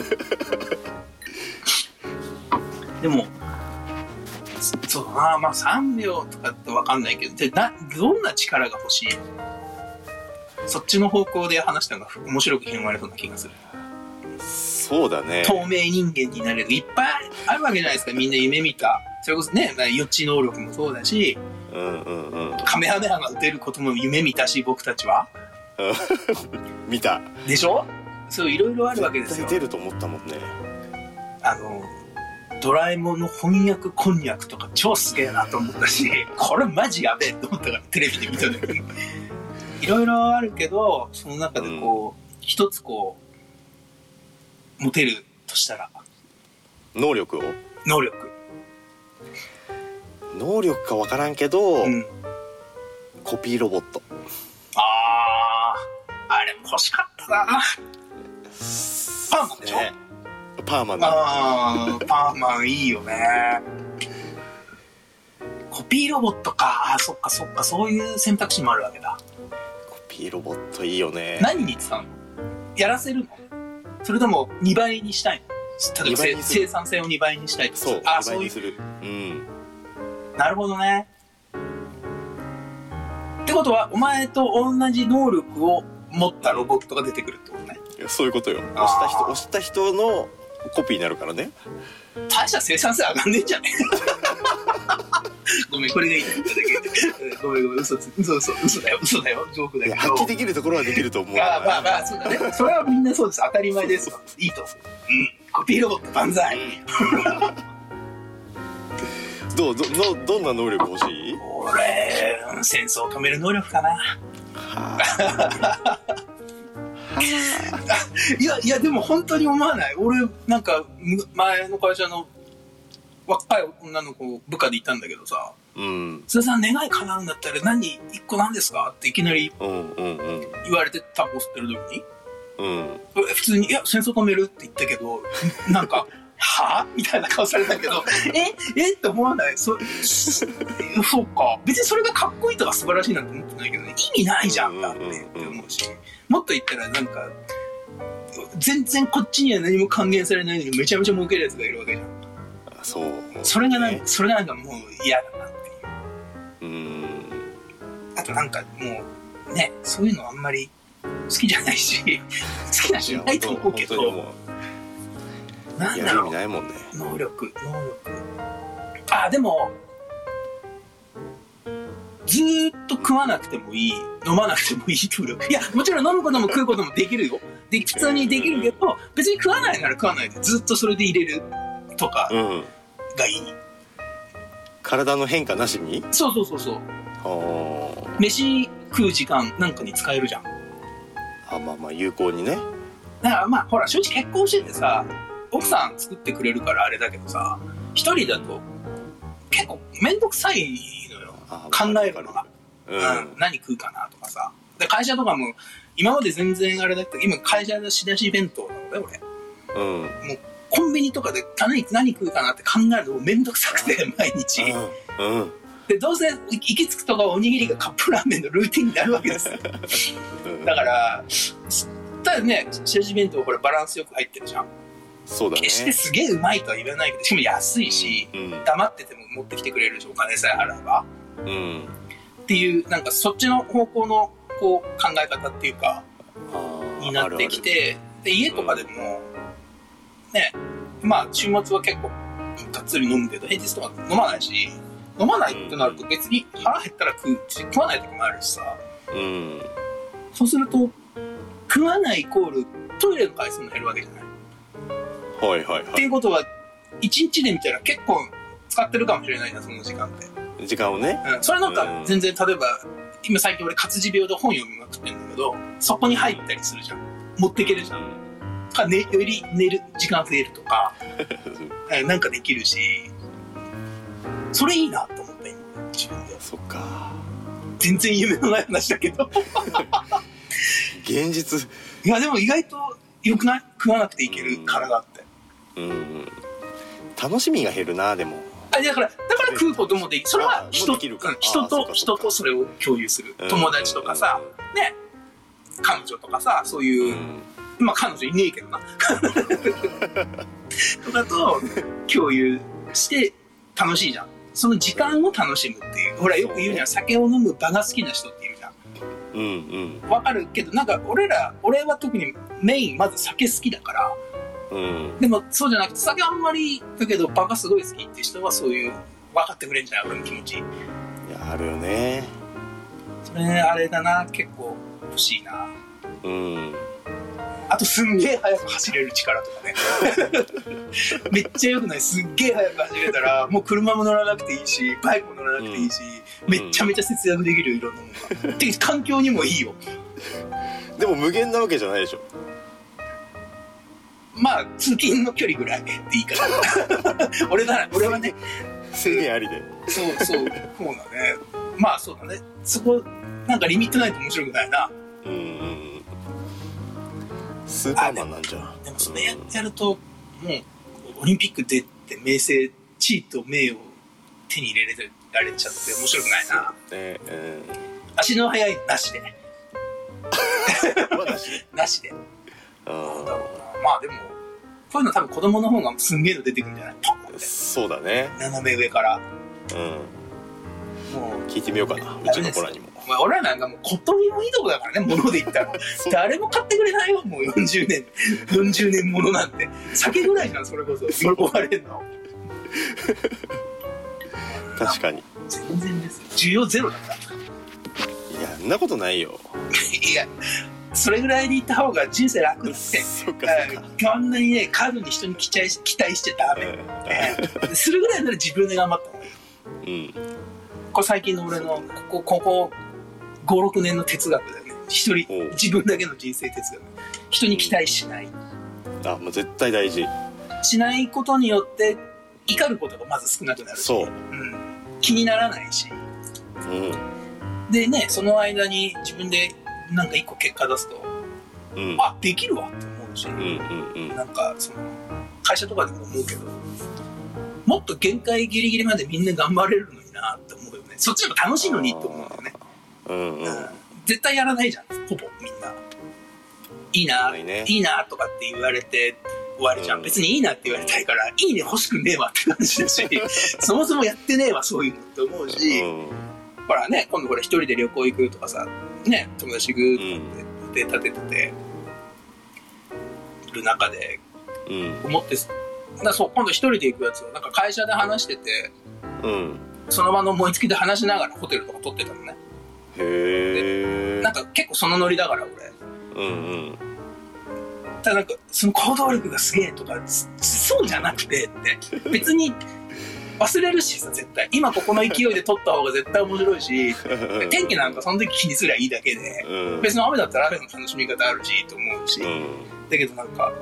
でもそうだな、まあ3秒とかってわかんないけど、どんな力が欲しい？そっちの方向で話したのが面白く広まれそうな気がする。 そうだね。 透明人間になれる、いっぱいあるわけじゃないですか。みんな夢見た。それこそね、予知能力もそうだし、カメハメハが打てることも夢見たし、僕たちは見たでしょ。そういろいろあるわけですよ。 絶対出ると思ったもんね。 ドラえもんの翻訳こんにゃくとか超すげえなと思ったし、これマジやべえと思ったからテレビで見た時に。いろいろあるけど、その中でこう、一つこう持てるとしたら能力か分からんけど、コピーロボット。 あれも欲しかったな。パーマンでしょ。 パーマンパーマンいいよね。コピーロボットか。そっかそういう選択肢もあるわけだ。 コピーロボットいいよね。 何に使うの？やらせるの？それとも2倍にしたいの？例えば生産性を2倍にしたいとか。 そう、2倍にする。 なるほどね。ってことはお前と同じ能力を持ったロボットが出てくるってことね。 そういうことよ。押した人のコピーになるからね。 大した生産性上がんねえんじゃねごめん、これがいいんだけど。ごめん、嘘だよ、ジョークだけど。 発揮できるところはできると思う。 まあ、そうだね。それはみんなそうです。当たり前です。いいと思う。コピーロボット万歳。 どんな能力欲しい？ 俺、戦争を止める能力かな。 いやでも本当に思わない。俺なんか前の会社の若い女の子部下でいたんだけどさ、津田さん願い叶うんだったら一個何ですかっていきなり言われてタバコ吸ってる時に、普通にいや戦争止めるって言ったけどなんかはぁみたいな顔されたけどえって思わない。そうか、別にそれがかっこいいとか素晴らしいなんて思ってないけど、ね、意味ないじゃんだって思うし、もっと言ったらなんか全然こっちには何も還元されないのにめちゃめちゃ儲けるやつがいるわけじゃん。それがなんかもう嫌だなっていう。あとなんかもうね、そういうのあんまり好きじゃないし好きな人いないと思うけど、なんだろう、ないもんね、能力でもずーっと食わなくてもいい、飲まなくてもいい能力。いやもちろん飲むことも食うこともできるよ。で普通にできるけど、別に食わないなら食わないでずっとそれで入れるとかがいい、 体の変化なしに。そう飯食う時間なんかに使えるじゃん。 まあ有効にね。 だからまあほら正直結婚しててさ、奥さん作ってくれるからあれだけどさ、一人だと結構めんどくさいのよ、考えるのが、何食うかなとかさ。で会社とかも今まで全然あれだったけど、今会社の仕出し弁当なのだよ俺、もうコンビニとかで何食うかなって考えるのもめんどくさくて毎日、でどうせ行き着くとかおにぎりがカップラーメンのルーティンになるわけですよだからただね、仕出し弁当これバランスよく入ってるじゃん。そうだね、決してすげえうまいとは言わないけど、しかも安いし、黙ってても持ってきてくれるし、お金さえ払えば、っていうなんかそっちの方向のこう考え方っていうかになってきて、で家とかでもね、まあ週末は結構がっつり飲むけど、平日とか飲まないし、飲まないってなると別に腹減ったら食うし、食わない時もあるしさ、そうすると食わないイコールトイレの回数も減るわけじゃない。っていうことは1日で見たら結構使ってるかもしれないな、その時間って時間をね、それなんか全然例えば今最近俺活字病で本読みまくってるんだけど、そこに入ったりするじゃん、持っていけるじゃん、より寝る時間増えるとかなんかできるし、それいいなと思った今自分で。そっか、全然夢のない話だけど現実。いやでも意外と良くない？食わなくていける体って。 楽しみが減るな。でもだから食うこともできる。それは人とそれを共有する、友達とかさ、ね、彼女とかさ、そういう、まあ彼女いねえけどなとかと共有して楽しいじゃん。その時間を楽しむっていう。ほらよく言うじゃん、酒を飲む場が好きな人っているじゃん。わかるけど、なんか俺は特にメインまず酒好きだから、でもそうじゃなくて酒あんまりだけど場がすごい好きって人はそういう分かってくれるんじゃない、俺の気持ち。いやあるよね。それあれだな、結構欲しいな。あとすんげえ速く走れる力とかねめっちゃ良くない？すっげえ速く走れたらもう車も乗らなくていいし、バイクも乗らなくていいし、めっちゃめちゃ節約できるよ、いろんなものがで環境にもいいよでも無限なわけじゃないでしょ。まあ通勤の距離ぐらいでいいから俺はね制限ありでそうだね。まあそうだね、そこなんかリミットないと面白くないな。スーパーマンなんじゃん。でもそれやるともうオリンピック出て名声、地位と名誉を手に入れられちゃって面白くないな。足の速いなしでなしでなんだろうな。まあでもこういうの多分子供の方がすんげえの出てくるんじゃない？ポンって。そうだね、斜め上から。もう聞いてみようかな、うちの子らにも。俺らなんかもうことみもいいとこだからね、物で言ったら誰も買ってくれないよ、もう40年ものなんて。酒ぐらいじゃん、それこそ喜ばれんの確かに全然ですよ、需要ゼロだから。いや、そんなことないよいや、それぐらいに言った方が人生楽だって。こんなにね、過度に人に期待しちゃダメするぐらいなら自分で頑張った方がいい。これ最近の俺のここ5、6年の哲学だよね。 一人自分だけの人生哲学。人に期待しない。 もう絶対大事。 しないことによって怒ることがまず少なくなるし、 そう、 気にならないし、でね、その間に自分でなんか一個結果出すと、あ、できるわって思うし、なんかその会社とかでも思うけど、もっと限界ギリギリまでみんな頑張れるのになって思うよね。そっちの方が楽しいのにって思うんだよね。絶対やらないじゃん、ほぼみんな。いいな、いいなとかって言われて終わりじゃん。別にいいなって言われたいから、いいね欲しくねえわって感じだし、そもそもやってねえわそういうのって思うし、ほらね、今度これ一人で旅行行くとかさ、ね、友達グーって予定立ててる中で思って、だそう今度一人で行くやつをなんか会社で話してて、その場の思いつきで話しながらホテルとか取ってたのね。へえ。なんか結構そのノリだから俺。ただなんかその行動力がすげえとかそうじゃなくてって別に忘れるしさ、絶対今ここの勢いで撮った方が絶対面白いし天気なんかその時気にすりゃいいだけで、別に雨だったら雨の楽しみ方あるしと思うし、だけどなんか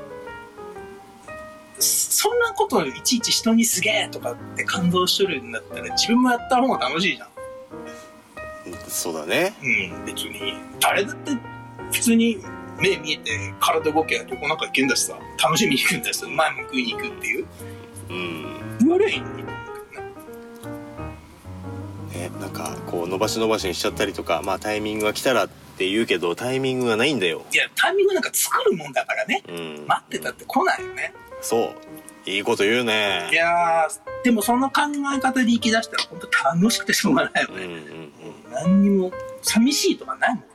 そんなことをいちいち人にすげえとかって感動しとるんだったら自分もやった方が楽しいじゃん。 そうだね。 別に誰だって普通に目見えて体動けば旅行なんか行けんだしさ、楽しみに行くんだしさ、前も食いに行くっていう、言われへんのにね。なんかこう伸ばしにしちゃったりとか、まあタイミングが来たらって言うけどタイミングがないんだよ。 いやタイミングなんか作るもんだからね、待ってたって来ないよね。 そう、いいこと言うね。 いやでもその考え方で生き出したら本当楽しくてしょうがないよね。何にも寂しいとかないもんね。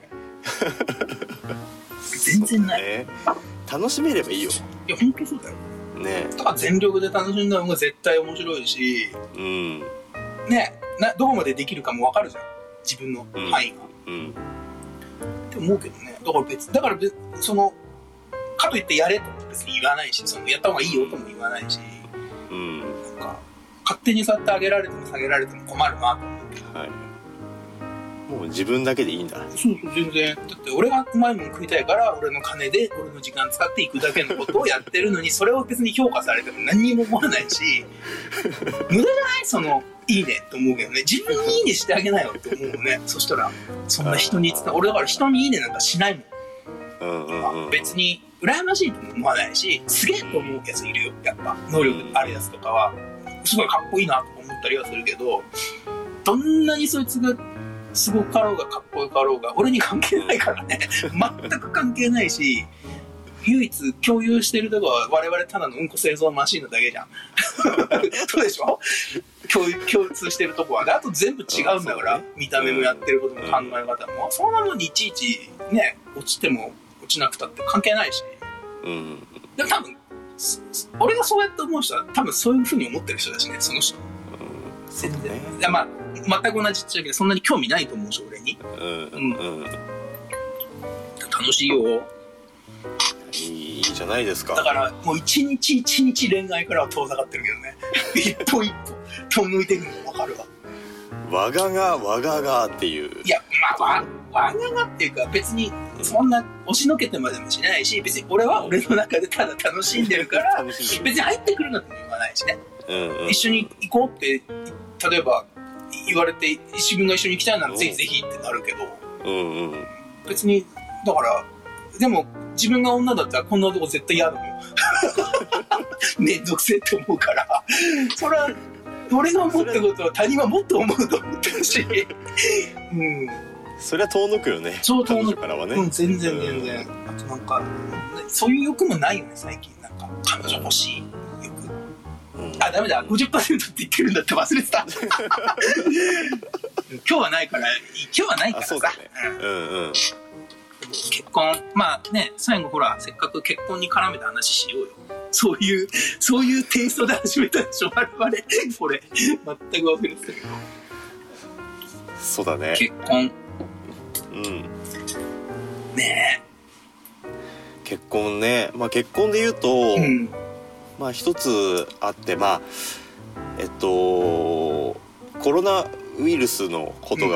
全然ない、 楽しめればいいよ。 いや本当そうだよね。だから全力で楽しんだ方が絶対面白いし、ね、どこまでできるかも分かるじゃん、自分の範囲が、って思うけどね。だからそのかといってやれとも別に言わないし、そのやった方がいいよとも言わないし、なんか勝手にそうやって上げられても下げられても困るなと思うけど、 もう自分だけでいいんだ。そう全然。だって俺がうまいもん食いたいから俺の金で俺の時間使っていくだけのことをやってるのにそれを別に評価されても何にも思わないし無駄じゃない？そのいいねって思うけどね。自分にいいねしてあげなよって思うね。そしたらそんな人に俺だから人にいいねなんかしないもん。別に羨ましいとも思わないし、すげえと思うやついるよ。やっぱ能力あるやつとかはすごいかっこいいなと思ったりはするけど、どんなにそいつがすごかろうがかっこよかろうが俺に関係ないからね。全く関係ないし、唯一共有してるとこは我々ただのうんこ製造マシンのだけじゃん。そうでしょ。共通してるとこはね。あと全部違うんだから、見た目もやってることも考え方も、そんなのにいちいちね落ちても落ちなくたって関係ないし、でも多分俺がそうやって思う人は多分そういう風に思ってる人だしね、その人。全然。いやまあ全く同じっちゃうけどそんなに興味ないと思うし俺に。楽しいよ。 いいじゃないですか。 だからもう一日一日恋愛からは遠ざかってるけどね。一歩一歩遠抜いていくのも分かるわ。 わががっていう。 いやまあわががっていうか別にそんな押しのけてまでもしないし、別に俺は俺の中でただ楽しんでるから別に入ってくるなとも言わないしね。一緒に行こうって例えば言われて自分が一緒に行きたいならぜひぜひってなるけど、別にだからでも自分が女だったらこんなとこ絶対嫌だもん。めんどくせえって思うからそれは俺が思ったことは他人はもっと思うと思ってるしそれは遠のくよね。 そう遠のくからはね。 全然あとなんかそういう欲もないよね最近。なんか彼女欲しい欲、ダメだ 50% って言ってるんだって忘れてた。今日はないからさ。 そうだね。 結婚まあね、最後ほらせっかく結婚に絡めた話しようよ。そういうテイストで始めたでしょ我々。これ全く忘れてたけど。 そうだね。 結婚。ねえ。 結婚ね。まあ結婚で言うと、まあ一つあってまあコロナウイルスのことが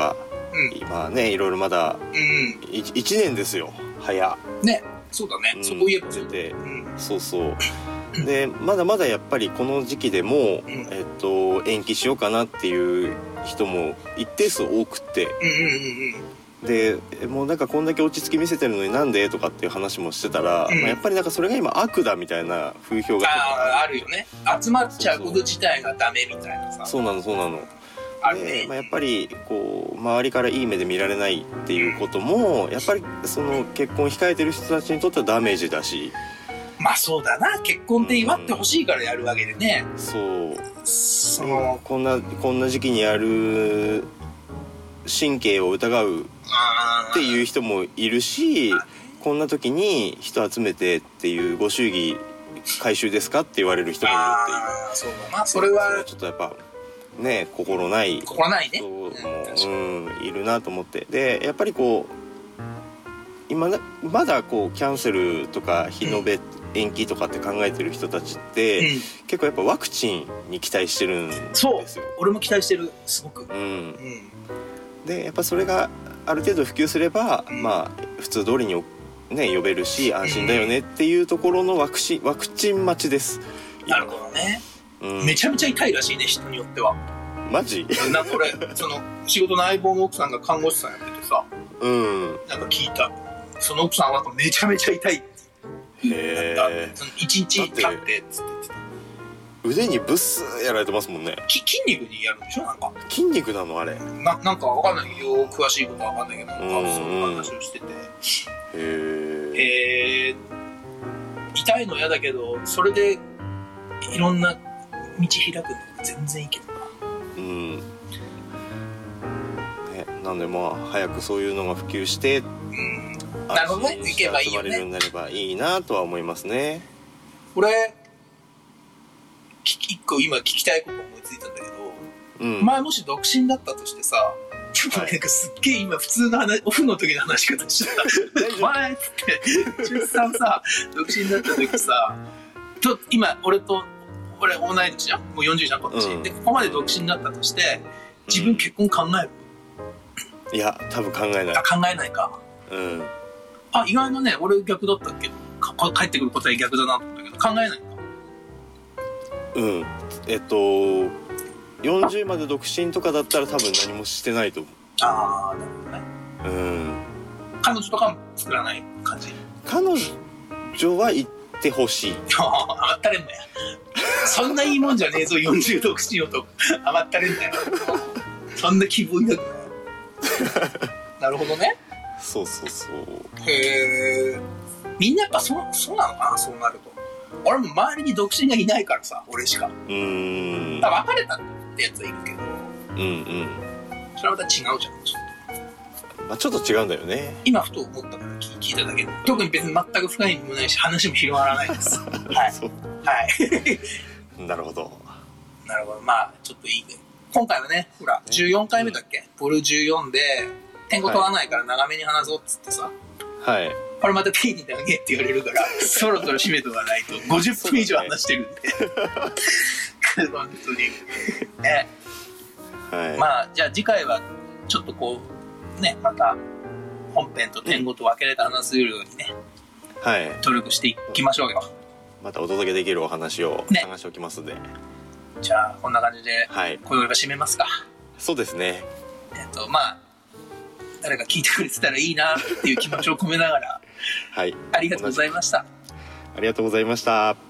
今ねいろいろまだ1年ですよ。早ね。そうだね、そこ言えばそうで、そうそうでまだまだやっぱりこの時期でも、延期しようかなっていう人も一定数多くて、でもうなんかこんだけ落ち着き見せてるのになんでとかっていう話もしてたら、やっぱりなんかそれが今悪だみたいな風評があるよね。集まっちゃうこと自体がダメみたいなさ。 そうなので、やっぱりこう周りからいい目で見られないっていうこともやっぱりその結婚控えてる人たちにとってはダメージだし、 まあそうだな、結婚って祝ってほしいからやるわけでね。 そうこんな時期にやる神経を疑うっていう人もいるし、こんな時に人集めてっていうご祝儀回収ですかって言われる人もいるっていう。 そうだな、それはちょっとやっぱね心ないね、 人もいるなと思って。でやっぱりこう今まだこうキャンセルとか日延べ延期とかって考えてる人たちって、結構やっぱワクチンに期待してるんですよ。 そう、俺も期待してる、すごく。 でやっぱそれがある程度普及すれば、まあ普通通りにね呼べるし安心だよねっていうところのワクチン待ちです。 なるほどね。めちゃめちゃ痛いらしいね、人によっては。マジ？なんか俺その仕事の相棒の奥さんが看護師さんやっててさ、なんか聞いた。その奥さんはめちゃめちゃ痛いって言った。その1日経ってっつって。 腕にブスやられてますもんね。 筋肉にやるんでしょ、なんか。 筋肉なのあれ。 なんかわかんないよ、詳しいことはわかんないけど、なんかそういう話をしてて。痛いの嫌だけど、それでいろんな道開くの全然いいけどな。 なんでまあ早くそういうのが普及して、 なるほどね、行けばいいよね。 集まれるようになればいいなとは思いますね。 俺一個今聞きたいこと思いついたんだけど、前もし独身だったとしてさ、ちょっとなんかすっげえ今普通の話、オフの時の話し方しちゃった前っつって中3さ、独身だった時さ今俺同い年じゃん、もう40じゃんこっち、でここまで独身だったとして自分結婚考える？ いや多分考えない。 考えないか。意外なね、俺逆だったっけど帰ってくる答え逆だなと思ったけど考えないか。 40まで独身とかだったら多分何もしてないと思う。 なるほどね。彼女とかも作らない感じ？彼女は行ってほしい。 甘ったれんなよ。そんないいもんじゃねえぞ、40独身男。甘ったれんなよ。そんな希望抱くなよ。なるほどね。 そう。 へえ。みんなやっぱそうなのかな、そうなると。俺も周りに独身がいないからさ、俺しか。別れたってやつはいるけど。それはまた違うじゃん、ちょっと。 まあちょっと違うんだよね。 今ふと思ったから聞いただけで。特に別に全く深い意味もないし、話も広がらないです。はい。 なるほど。 まあちょっといいね。今回はね、ほら、14回目だっけ？ボル14で、点語取らないから長めに話そうっつってさ。これまた P に投げって言われるから、そろそろ締めとかないと50分以上話してるんで。本当に。ね。まあ、じゃあ次回は、ちょっとこう、ね、また、本編と点語と分けれて話せるようにね、努力していきましょうよ。 またお届けできるお話を探しておきますんで。 じゃあこんな感じで今宵は締めますか。 そうですね。 まあ誰か聞いてくれてたらいいなっていう気持ちを込めながらありがとうございました。 ありがとうございました。